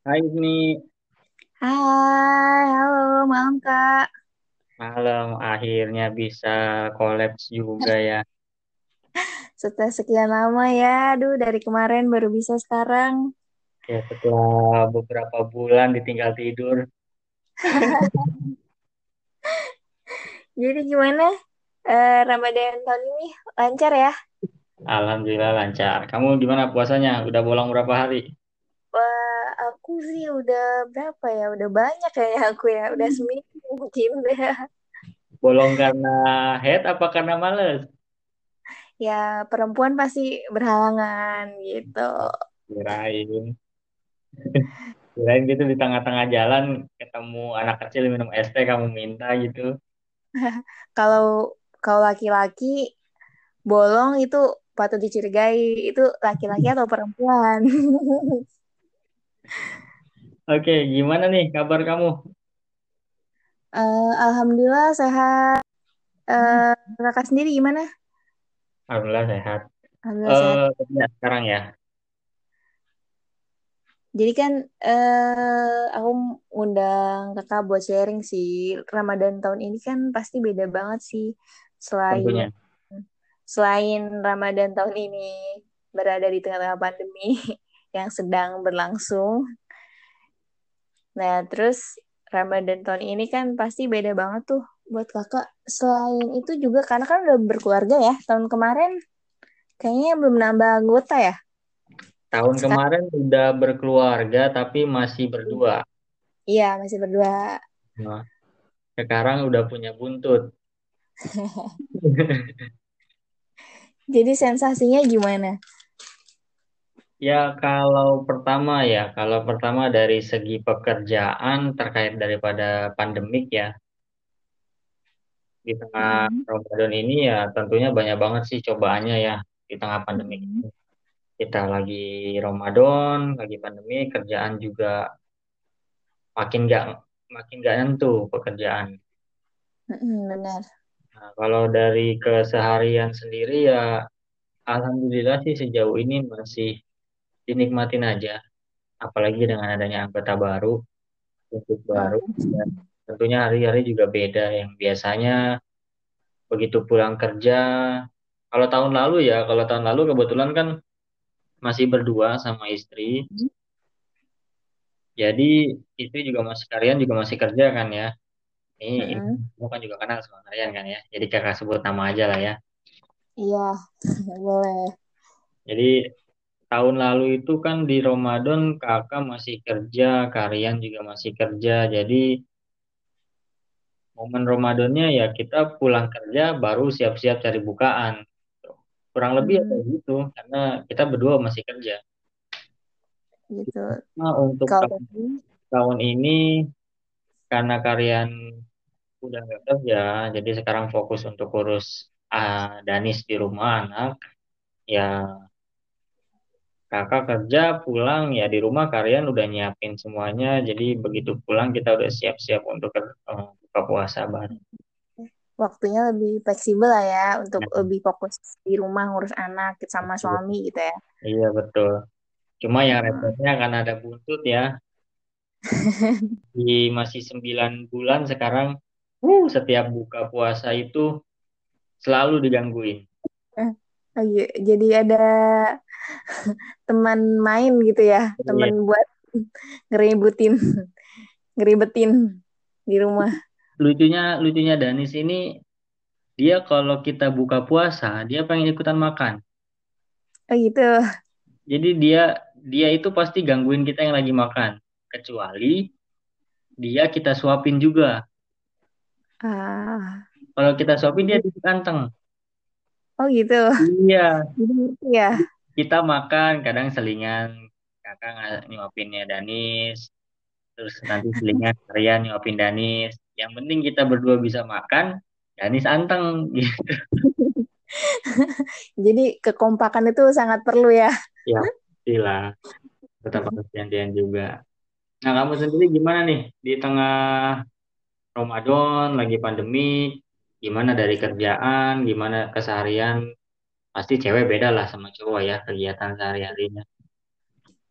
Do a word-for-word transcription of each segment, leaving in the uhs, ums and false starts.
Hai ini Hai, halo, malam Kak. malam akhirnya bisa kolaps juga ya. Setelah sekian lama ya, aduh dari kemarin baru bisa sekarang. Ya setelah beberapa bulan ditinggal tidur. Jadi gimana? Eh, Ramadan tahun ini lancar ya? Alhamdulillah lancar. Kamu gimana puasanya? Udah bolong berapa hari? Wah, aku sih udah berapa ya? Udah banyak kayaknya aku ya. Udah seminggu mungkin ya. Bolong karena head apa karena males? Ya, perempuan pasti berhalangan gitu. Kirain. Kirain gitu di tengah-tengah jalan ketemu anak kecil minum es teh kamu minta gitu. Kalau kalau laki-laki bolong itu patut dicurigai. Itu laki-laki atau perempuan? Oke, gimana nih kabar kamu? Eh, Alhamdulillah sehat. Eh, kakak sendiri gimana? Alhamdulillah sehat. Alhamdulillah sehat. Eh, kerja sekarang ya. Jadi kan eh aku ngundang kakak buat sharing sih. Ramadan tahun ini kan pasti beda banget sih. Selain Tentunya. selain Ramadan tahun ini berada di tengah-tengah pandemi yang sedang berlangsung. Nah, terus Ramadan tahun ini kan pasti beda banget tuh buat kakak. Selain itu juga karena kan udah berkeluarga ya. Tahun kemarin kayaknya belum nambah anggota ya. Tahun Sekarang kemarin udah berkeluarga tapi masih berdua. iya masih berdua. Nah, sekarang udah punya buntut. Jadi sensasinya gimana? Ya kalau pertama ya, kalau pertama dari segi pekerjaan terkait daripada pandemik ya, di tengah Mm-mm. Ramadan ini ya tentunya banyak banget sih cobaannya ya di tengah pandemik Mm-mm. ini. Kita lagi Ramadan, lagi pandemi, kerjaan juga makin gak makin gak nentu pekerjaan. Mm-mm, benar. Nah, kalau dari keseharian sendiri ya, alhamdulillah sih sejauh ini masih dinikmatin aja, apalagi dengan adanya anggota baru, untuk baru, Mm. dan tentunya hari-hari juga beda yang biasanya begitu pulang kerja. Kalau tahun lalu ya, kalau tahun lalu kebetulan kan masih berdua sama istri, jadi istri juga masih Karyan juga masih kerja kan ya. Ini, ini Mm-mm. kamu kan juga kenal sama Karyan kan ya, jadi kakak sebut nama aja lah ya. Iya, boleh. Jadi tahun lalu itu kan di Ramadan kakak masih kerja, Karyan juga masih kerja, jadi momen Ramadannya ya kita pulang kerja baru siap-siap cari bukaan. Gitu. Kurang lebih ya Hmm, kayak gitu, karena kita berdua masih kerja. gitu. Nah, untuk Kalau tahun, tadi, tahun ini karena kalian udah nggak kerja, jadi sekarang fokus untuk urus ah, Danis di rumah anak. Ya kakak kerja pulang ya di rumah kalian udah nyiapin semuanya, jadi begitu pulang kita udah siap-siap untuk eh, buka puasa bareng. waktunya lebih fleksibel lah ya untuk Nah, lebih fokus di rumah ngurus anak sama suami gitu ya. iya betul. Cuma yang Heeh. repotnya kan ada buntut ya. Di masih sembilan bulan sekarang, uh, setiap buka puasa itu selalu digangguin. Eh, oh iya, jadi ada teman main gitu ya, teman Iya. buat ngeributin, ngeribetin di rumah. Lucunya, lucunya Danis ini, dia kalau kita buka puasa, dia pengen ikutan makan. Oh gitu. Jadi dia dia itu pasti gangguin kita yang lagi makan. Kecuali dia kita suapin juga. Ah, Kalau kita suapin dia jadi, duduk anteng. oh gitu. Iya, Jadi gitu ya. kita makan kadang selingan. Kakak nggak nyuapinnya Danis, terus nanti selingan kalian nyuapin Danis. Yang penting kita berdua bisa makan, Danis anteng gitu. Jadi kekompakan itu sangat perlu ya. Ya, pastilah. Tetap harus gantian juga. Nah, kamu sendiri gimana nih di tengah Ramadan, lagi pandemi, gimana dari kerjaan, gimana keseharian? Pasti cewek beda lah sama cowok ya kegiatan sehari-harinya.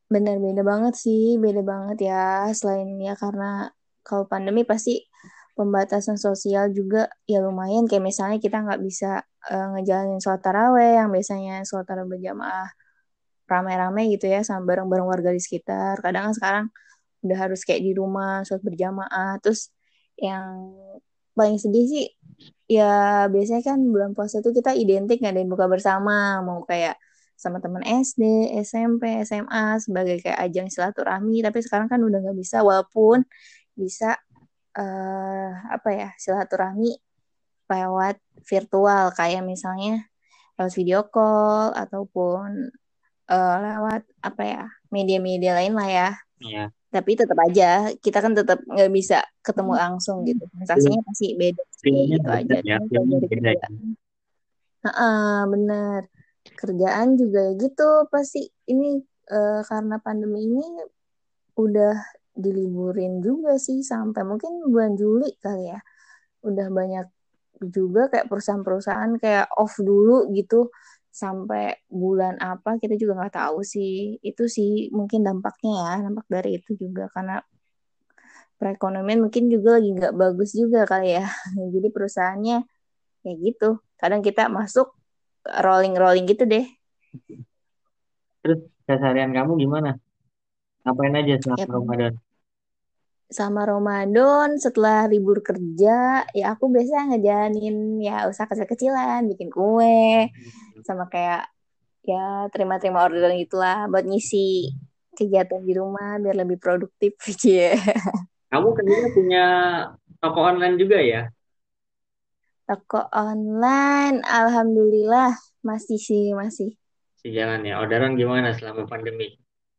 Bener beda banget sih, beda banget ya. Selain ya karena kalau pandemi pasti pembatasan sosial juga ya lumayan. Kayak misalnya kita nggak bisa eh, ngejalanin sholat taraweh yang biasanya sholat taraweh berjamaah ramai-ramai gitu ya sama bareng-bareng warga di sekitar. Kadang kan sekarang udah harus kayak di rumah sholat berjamaah. Terus yang paling sedih sih ya biasanya kan bulan puasa tuh kita identik ngadain buka bersama, mau kayak sama teman S D, S M P, S M A sebagai kayak ajang silaturahmi. Tapi sekarang kan udah nggak bisa, walaupun bisa eh, apa ya silaturahmi lewat virtual kayak misalnya lewat video call ataupun eh, lewat apa ya media-media lain lah ya. Ya, Tapi tetap aja kita kan tetap nggak bisa ketemu langsung gitu. feel- Transaksinya pasti beda sih feel-nya gitu beda aja. ya, Cuman kalau feel-nya dari beda ya. kerjaan, heeh, bener. Kerjaan juga ya gitu pasti ini eh, karena pandemi ini udah diliburin juga sih sampai mungkin bulan Juli kali ya. Udah banyak juga kayak perusahaan-perusahaan kayak off dulu gitu sampai bulan apa kita juga nggak tahu sih. Itu sih mungkin dampaknya ya, dampak dari itu juga karena perekonomian mungkin juga lagi nggak bagus juga kali ya. Jadi perusahaannya ya gitu. Kadang kita masuk rolling-rolling gitu deh. Terus keseharian kamu gimana? Ngapain aja Ya selama Ramadan? sama Ramadan setelah libur kerja ya aku biasa ngejalanin ya usaha kecil-kecilan bikin kue sama kayak ya terima-terima orderan gitulah buat ngisi kegiatan di rumah biar lebih produktif ya. Kamu kayaknya punya toko online juga ya? Toko online alhamdulillah masih sih masih Si jalan ya. Orderan gimana selama pandemi?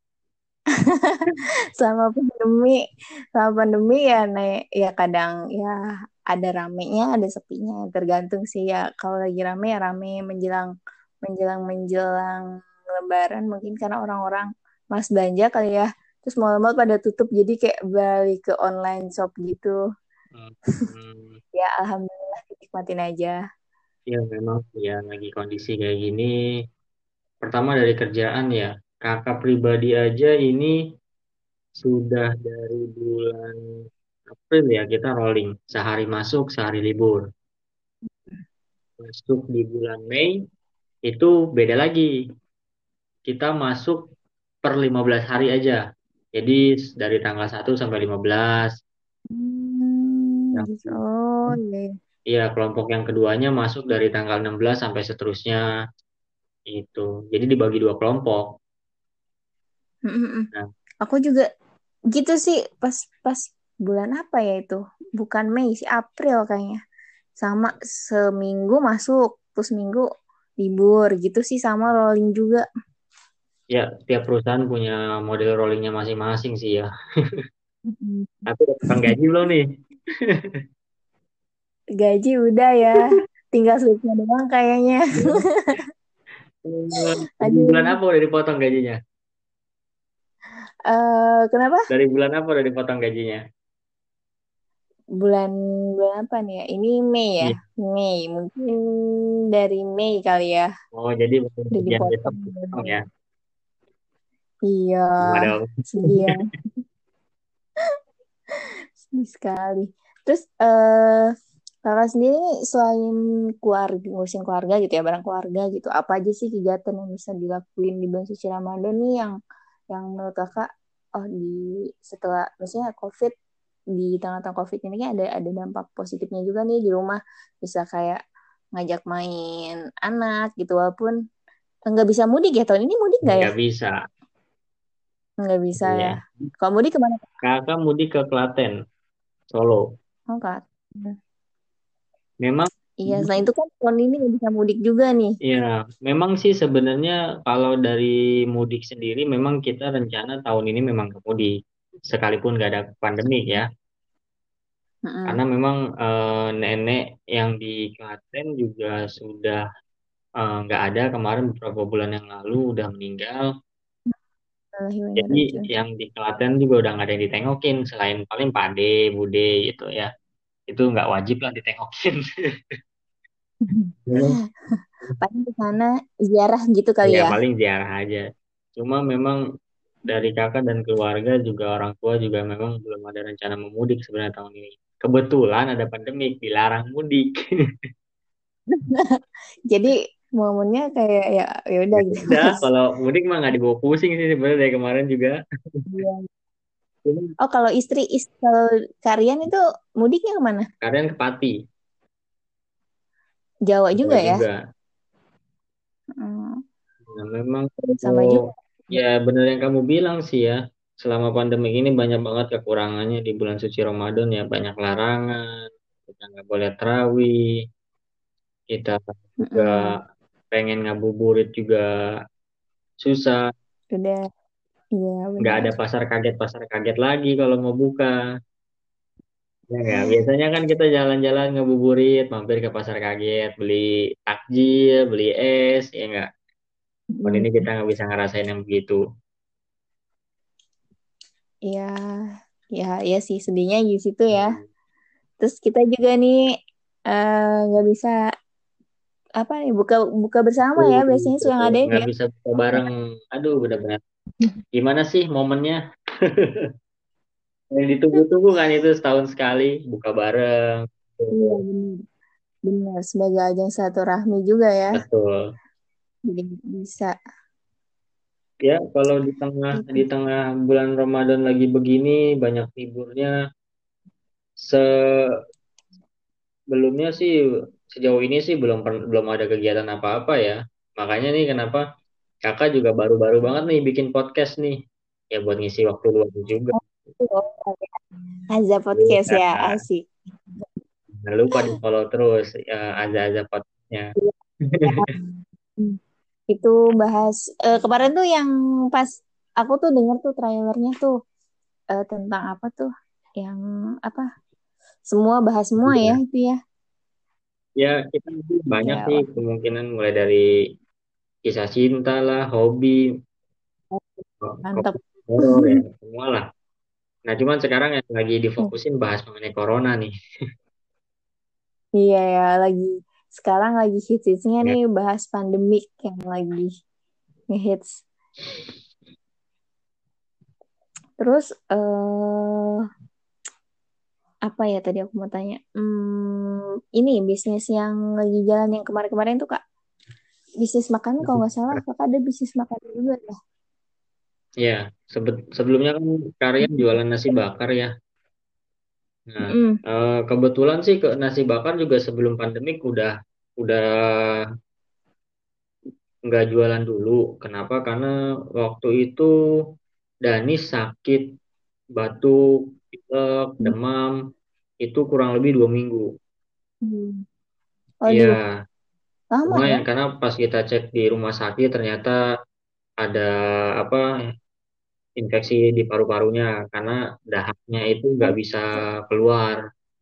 selama pandemi selama pandemi ya naik ya kadang ya ada ramenya ada sepinya tergantung sih ya kalau lagi rame ya rame menjelang menjelang menjelang Lebaran mungkin karena orang-orang mas belanja kali ya terus mal-mal pada tutup jadi kayak balik ke online shop gitu Hmm, ya alhamdulillah nikmatin aja. ya memang sih ya lagi kondisi kayak gini. Pertama dari kerjaan ya. Kakak pribadi aja ini sudah dari bulan April ya kita rolling. Sehari masuk, sehari libur. Masuk di bulan Mei itu beda lagi. Kita masuk per lima belas hari aja. Jadi dari tanggal satu sampai lima belas. Hmm, Yang gitu. Oh, iya. iya, kelompok yang keduanya masuk dari tanggal enam belas sampai seterusnya itu. Jadi dibagi dua kelompok. Mm-mm. Nah, Aku juga gitu sih pas pas bulan apa ya itu? Bukan Mei sih, April kayaknya. Sama seminggu masuk, terus minggu libur gitu sih sama rolling juga. ya tiap perusahaan punya model rollingnya masing-masing sih ya. Mm-mm. Tapi udah potong gaji belum nih? Gaji udah ya, tinggal slipnya doang kayaknya. Eh, Dari bulan Aduh, apa udah dipotong gajinya? eh kenapa? Dari bulan apa udah dipotong gajinya? Bulan bulan apa nih ya? Ini Mei ya, Iya. Mei mungkin dari Mei kali ya, Oh, jadi waktu udah gajian besok dipotong. dipotong ya? Iya, Sama dong. sedih ya. Sedih sekali. Terus eh kakak sendiri nih, selain keluarga, ngurusin keluarga gitu ya, bareng keluarga gitu, apa aja sih kegiatan yang bisa dilakuin di bulan suci Ramadan nih yang yang menurut kakak, oh di setelah, maksudnya COVID, di tengah-tengah COVID ini kan ada ada dampak positifnya juga nih di rumah, bisa kayak ngajak main anak gitu, walaupun nggak bisa mudik ya, tahun ini mudik nggak ya? Nggak bisa. Nggak bisa ya. Iya. Kalau mudik kemana? Kakak mudik ke Klaten, Solo. Oh, Kak. Memang, Iya, selain itu kan tahun ini nggak bisa mudik juga nih. ya, memang sih sebenarnya kalau dari mudik sendiri, memang kita rencana tahun ini memang ke mudik, sekalipun nggak ada pandemik ya. Karena Mm-mm. memang eh, nenek yang di Klaten juga sudah eh, nggak ada kemarin beberapa bulan yang lalu udah meninggal. Jadi Alhamdulillah. yang di Klaten juga udah nggak ada yang ditengokin selain paling Pade, Bude gitu ya. Itu nggak wajib lah ditengokin. Paling ke sana ziarah gitu kali Ya ya. paling ziarah aja. Cuma memang dari kakak dan keluarga juga orang tua juga memang belum ada rencana memudik sebenarnya tahun ini. Kebetulan ada pandemik, dilarang mudik. Jadi momennya kayak ya ya udah Ya gitu udah, Mas. kalau mudik mah nggak dibawa pusing sih sebenarnya dari kemarin juga. Iya. Cuma Oh kalau istri ist kalau kalian itu mudiknya kemana? kalian ke Pati, Jawa Jawa juga ya? juga. Hmm, Nah, memang sama kalau juga. ya benar yang kamu bilang sih ya, selama pandemi ini banyak banget kekurangannya di bulan suci Ramadan ya, banyak larangan, kita nggak boleh tarawih, kita juga Mm-mm. pengen ngabuburit juga susah, Udah, iya nggak benar. ada pasar kaget pasar kaget lagi kalau mau buka. Ya nggak, biasanya kan kita jalan-jalan ngabuburit, mampir ke pasar kaget, beli takjil, beli es, ya nggak. Tahun ini kita Mm. nggak bisa ngerasain yang begitu. Iya, ya, ya sih sedihnya di situ ya. Hmm. Terus kita juga nih eh, nggak bisa apa nih buka buka bersama Betul, ya biasanya suka betul. ngadain Nggak ya. bisa buka bareng. Aduh, benar-benar. Gimana sih momennya? Yang ditunggu-tunggu kan itu setahun sekali buka bareng. Iya Betul. benar, benar sebagai ajang silaturahmi juga ya. Betul. Jadi bisa Ya, kalau di tengah di itu. tengah bulan Ramadan lagi begini banyak liburnya. Sebelumnya sih sejauh ini sih belum per- belum ada kegiatan apa-apa ya. Makanya nih kenapa kakak juga baru-baru banget nih bikin podcast nih. Ya buat ngisi waktu luang juga. Azza podcast ya Ya, asik. jangan lupa di follow terus ya, Aza-Aza podcastnya. Hmm. Itu bahas eh, kemarin tuh yang pas aku tuh denger tuh trailernya tuh eh, tentang apa tuh yang apa semua bahas semua ya Iya. itu ya. Ya, kita nanti banyak Ya sih wah, kemungkinan mulai dari kisah cinta lah, hobi, kopi mantap. horor ya, semua lah. Nah, cuman sekarang yang lagi difokusin bahas mengenai corona nih. Iya ya lagi sekarang lagi hits-hitsnya Ya, nih bahas pandemik yang lagi ngehits. Terus eh apa ya tadi aku mau tanya? Hmm, ini bisnis yang lagi jalan yang kemarin-kemarin tuh Kak. Bisnis makanan kalau nggak salah Kakak ada bisnis makanan juga ya. ya sebe- sebelumnya kan kalian jualan nasi bakar ya. Nah, Mm-mm. eh, kebetulan sih ke nasi bakar juga sebelum pandemik udah udah nggak jualan dulu. Kenapa? Karena waktu itu Danis sakit, batuk, pilek, demam, itu kurang lebih dua minggu. Hmm. Iya, Waduh, lama ya? lumayan karena pas kita cek di rumah sakit ternyata ada apa infeksi di paru-parunya karena dahaknya itu nggak bisa keluar.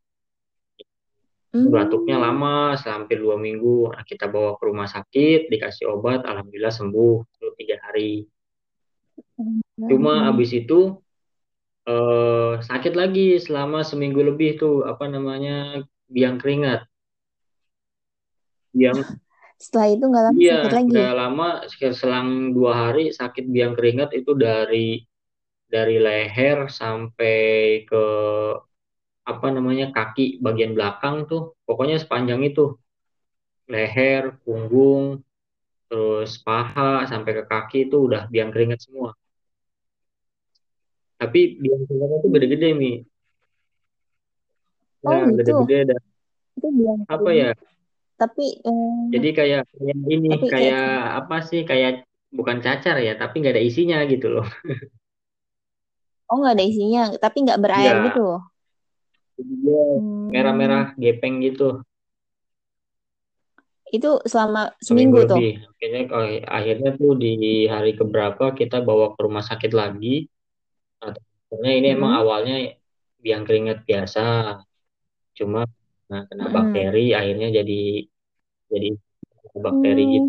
Batuknya Hmm. lama, hampir dua minggu. Nah, kita bawa ke rumah sakit, dikasih obat, alhamdulillah sembuh itu tiga hari. Cuma Lagi. abis itu eh, sakit lagi selama seminggu lebih tuh apa namanya biang keringat. Biang Setelah itu nggak lama Iya, sakit lagi. nggak lama, sekitar selang dua hari sakit biang keringat itu dari dari leher sampai ke apa namanya kaki bagian belakang tuh, pokoknya sepanjang itu, leher, punggung, terus paha sampai ke kaki itu udah biang keringat semua. Tapi biang keringatnya tuh gede-gede Hmm. nih, ya Oh gitu. gede-gede dan Itu bilang apa keringat. ya? Tapi eh, Jadi kayak kayak ini, tapi kayak kayak apa sih? Kayak bukan cacar ya, tapi nggak ada isinya gitu loh. oh nggak ada isinya, tapi nggak berair gitu. Nggak, jadi dia merah-merah Hmm. gepeng gitu. Itu selama Seminggu seminggu tuh. lebih. Akhirnya, oh, akhirnya tuh di hari keberapa kita bawa ke rumah sakit lagi. Nah, sebenarnya ini emang Mm-mm. awalnya biang keringat biasa, cuma nah, kena Mm-mm. bakteri, akhirnya jadi jadi bakteri Hmm. gitu.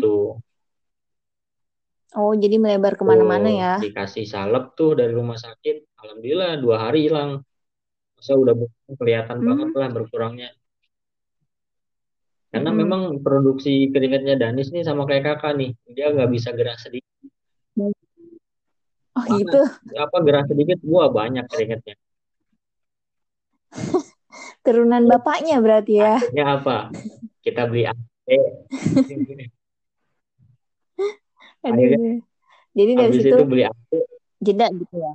Oh jadi melebar kemana-mana Tuh ya. dikasih salep tuh dari rumah sakit, alhamdulillah dua hari hilang. Masa udah ber- kelihatan banget Hmm. lah berkurangnya. Karena Mm-mm. memang produksi keringatnya Danis nih sama kayak kakak nih, dia nggak bisa gerak sedikit. Oh Panas, gitu. apa gerah sedikit, wah banyak keringetnya. Turunan Terus bapaknya berarti ya. akhirnya apa? Kita beli A C. Aduh, Akhirnya aduh. Jadi dari habis situ itu beli A C, jeda gitu ya.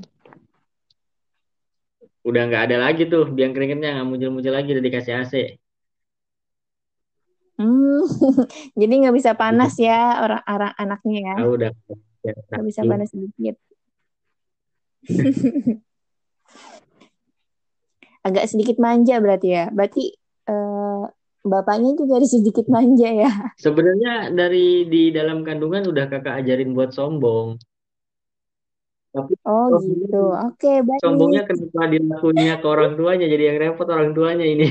udah nggak ada lagi tuh biang keringetnya, nggak muncul-muncul lagi, udah dikasih A C. Hmm. Jadi nggak bisa panas ya orang-orang anaknya ya. Ah, udah Nggak bisa lagi. panas sedikit. Agak sedikit manja berarti ya. Berarti eh, bapaknya juga ada sedikit manja ya. Sebenarnya dari di dalam kandungan udah kakak ajarin buat sombong, tapi Oh gitu. sombongnya, Oke, baik. sombongnya kenapa dilakuinnya ke orang tuanya, jadi yang repot orang tuanya ini.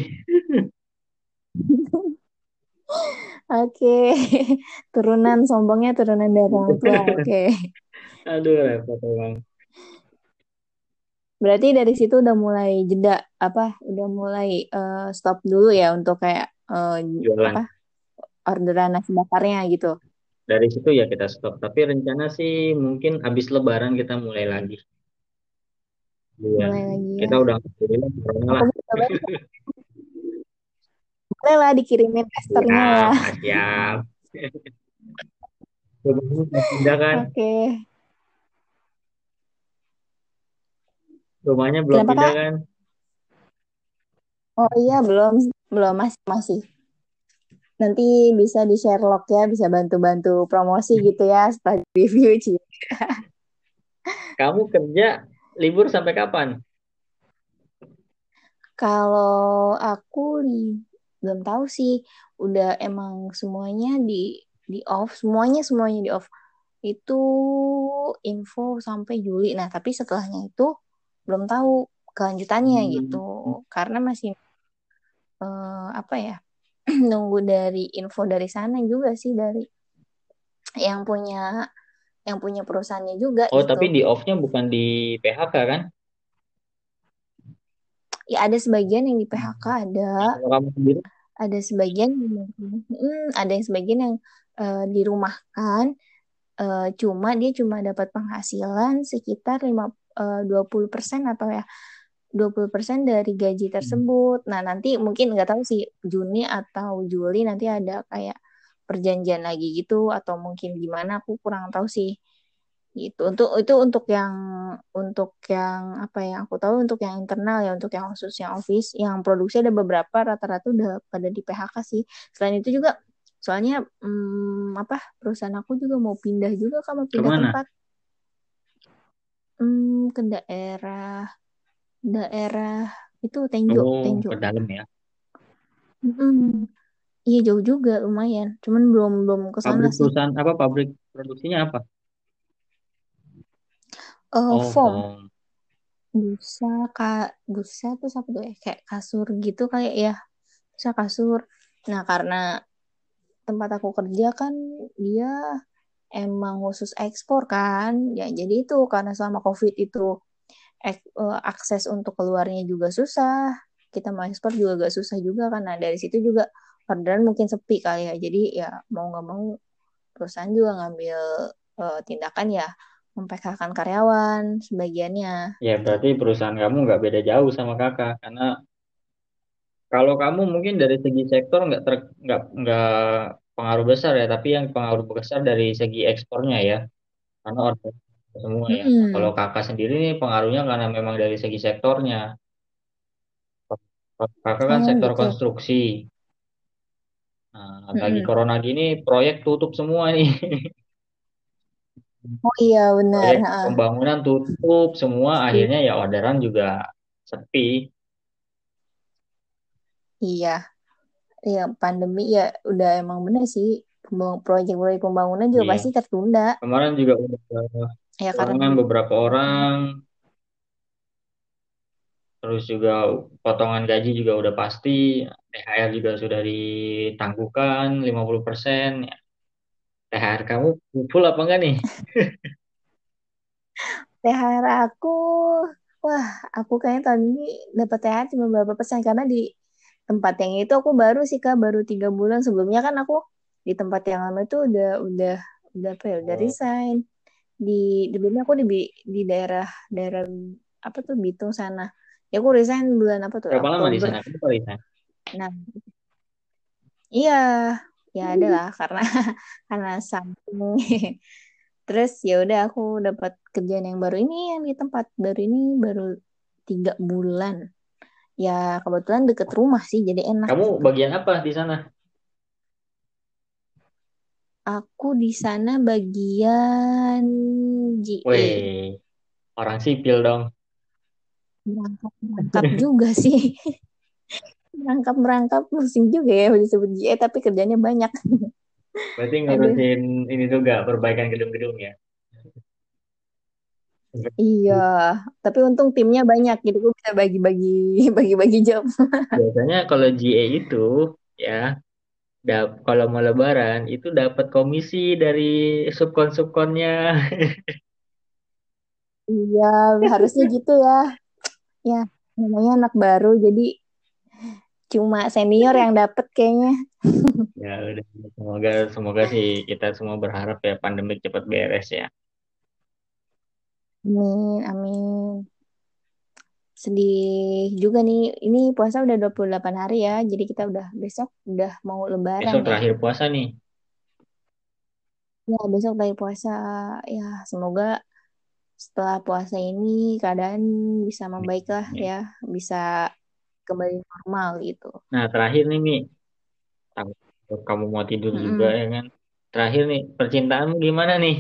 Oke. Turunan sombongnya turunan dari orang tua. Oke. Aduh repot emang. Berarti dari situ udah mulai jeda apa? Udah mulai eh, stop dulu ya untuk kayak eh, Jualan. apa? Orderan nasi bakarnya gitu. Dari situ ya kita stop. Tapi rencana sih mungkin habis Lebaran kita mulai lagi. Iya, Mulai lagi ya. kita udah alhamdulillah corona Aku lah. mau coba, boleh lah dikirimin testernya ya. Siap, ah, siap. Rumahnya belum pindah kan? Oke. Rumahnya belum Kenapa pindah Kak? kan? Oh iya, belum belum masih masih. Nanti bisa di Sherlock ya, bisa bantu-bantu promosi gitu ya setelah di review Ci. Kamu kerja libur sampai kapan? Kalau aku li- belum tahu sih, udah emang semuanya di di off, semuanya semuanya di off. Itu info sampai Juli. Nah, tapi setelahnya itu belum tahu kelanjutannya gitu. Hmm. Karena masih eh, apa ya? Nunggu dari info dari sana juga sih dari yang punya yang punya perusahaannya juga Oh, gitu. tapi di off-nya bukan di P H K kan? Ya ada sebagian yang di P H K Hmm. ada, Nah, kalau kamu sendiri, ada sebagian yang hmm, ada yang sebagian yang eh, dirumahkan. Eh, cuma dia cuma dapat penghasilan sekitar lima eh, dua puluh persen atau ya dua puluh persen dari gaji tersebut. Nah, nanti mungkin nggak tahu sih Juni atau Juli nanti ada kayak perjanjian lagi gitu atau mungkin gimana aku kurang tahu sih. Gitu. Untuk itu untuk yang untuk yang apa ya aku tahu untuk yang internal ya untuk yang khusus yang office yang produksi ada beberapa rata-rata udah pada di P H K sih. Selain itu juga soalnya hmm, apa perusahaan aku juga mau pindah juga kan mau pindah kemana? tempat. Hmm, ke daerah daerah itu Tenjo Oh, Tenjo. ke dalam ya. Mm-mm. Iya jauh juga lumayan. Cuman belum belum ke sana Pabrik sih. perusahaan apa? Pabrik produksinya apa? Eh Oh, foam home. busa kak busa tuh apa tuh ya kayak kasur gitu kayak ya bisa kasur. Nah, karena tempat aku kerja kan dia emang khusus ekspor kan. Ya, jadi itu karena selama COVID itu ek- eh, akses untuk keluarnya juga susah. Kita mau ekspor juga agak susah juga karena dari situ juga orderan mungkin sepi kali ya. Jadi ya mau nggak mau perusahaan juga ngambil eh, tindakan ya mem-P H K-kan karyawan sebagiannya Ya, gitu. berarti perusahaan kamu nggak beda jauh sama kakak. Karena kalau kamu mungkin dari segi sektor nggak ter, nggak nggak pengaruh besar ya, tapi yang pengaruh besar dari segi ekspornya ya, karena order semua ya. Nah, kalau Mm-mm. kakak sendiri nih pengaruhnya karena memang dari segi sektornya. Kalau kakak kan Oh sektor gitu. konstruksi. Nah, lagi Mm-mm. corona gini proyek tutup semua nih. Oh iya benar. Proyek Ha. pembangunan tutup semua, akhirnya ya orderan juga sepi. Iya, iya pandemi ya udah emang bener sih Pembangun- proyek-proyek pembangunan juga Iya. pasti tertunda Kemarin juga udah ya karena kehilangan beberapa orang, terus juga potongan gaji juga udah pasti, T H R juga sudah ditangguhkan lima puluh persen. Ya. T H R kamu full apa enggak nih? T H R aku wah aku kayaknya tahun ini dapat T H R cuma berapa persen karena di tempat yang itu aku baru sih Kak baru tiga bulan sebelumnya kan aku di tempat yang lama itu udah udah udah apa ya udah Oh, resign di di Bumi aku di Bi- di daerah daerah apa tuh Bitung sana. Ya aku resign bulan apa tuh Berapa lama di Oktober. sana? Kenapa di sana? Nah, iya, ya ada lah karena karena samping. Terus ya udah aku dapat kerjaan yang baru ini yang di tempat baru ini baru tiga bulan. Ya kebetulan deket rumah sih jadi enak Kamu gitu. bagian apa di sana? Aku di sana bagian G A. Weh, orang sipil dong. Merangkap merangkap juga sih. Merangkap merangkap pusing juga ya disebut G A tapi kerjanya banyak. Berarti Aduh. ngurusin ini juga perbaikan gedung-gedung ya. Iya, tapi untung timnya banyak, jadi gue bisa bagi-bagi bagi-bagi job. Biasanya kalau G A itu ya, dap kalau mau lebaran itu dapat komisi dari subkon-subkonnya. Iya, harusnya gitu ya. Ya, namanya anak baru, jadi cuma senior yang dapet kayaknya. Ya udah, semoga semoga sih kita semua berharap ya pandemi cepat beres ya. Amin, amin. Sedih juga nih, ini puasa udah dua puluh delapan hari ya, jadi kita udah besok udah mau lebaran Besok ya. terakhir puasa nih. Ya, besok dari puasa. Ya, semoga setelah puasa ini keadaan bisa membaik lah ya, bisa kembali normal gitu. Nah, terakhir nih Mi, Tahu kamu mau tidur juga Mm-mm. ya kan? Terakhir nih, percintaanmu gimana nih?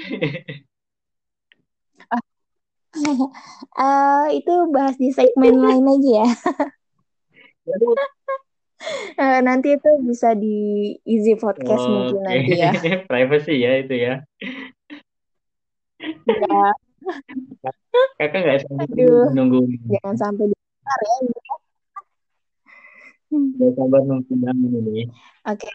Eh, itu bahas di segmen lain aja ya. Waduh. Eh, nanti itu bisa di easy podcast mungkin Oke, nanti ya. privacy ya itu ya. Ya, Kakak nggak sanggup ini aduh, menunggu, jangan sampai didengar ya. nggak sabar nunggu bangun ini. Oke,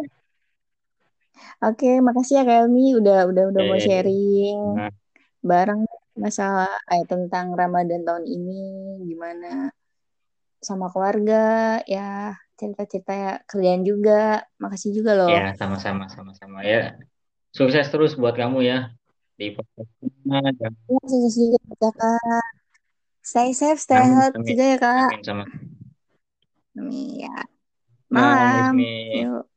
oke, makasih ya Kak Elmi udah udah udah mau Oke, sharing nah, bareng masalah eh, tentang Ramadan tahun ini gimana sama keluarga ya cerita-cerita ya kerjaan juga. Makasih juga loh. ya sama-sama, sama-sama ya. Sukses terus buat kamu ya di podcastnya. Dan Ya, sukses juga ya Kak. Stay safe, stay amin, healthy amin, juga ya Kak. amin sama. Amin ya. Nah, Malam. Ismi. Yuk.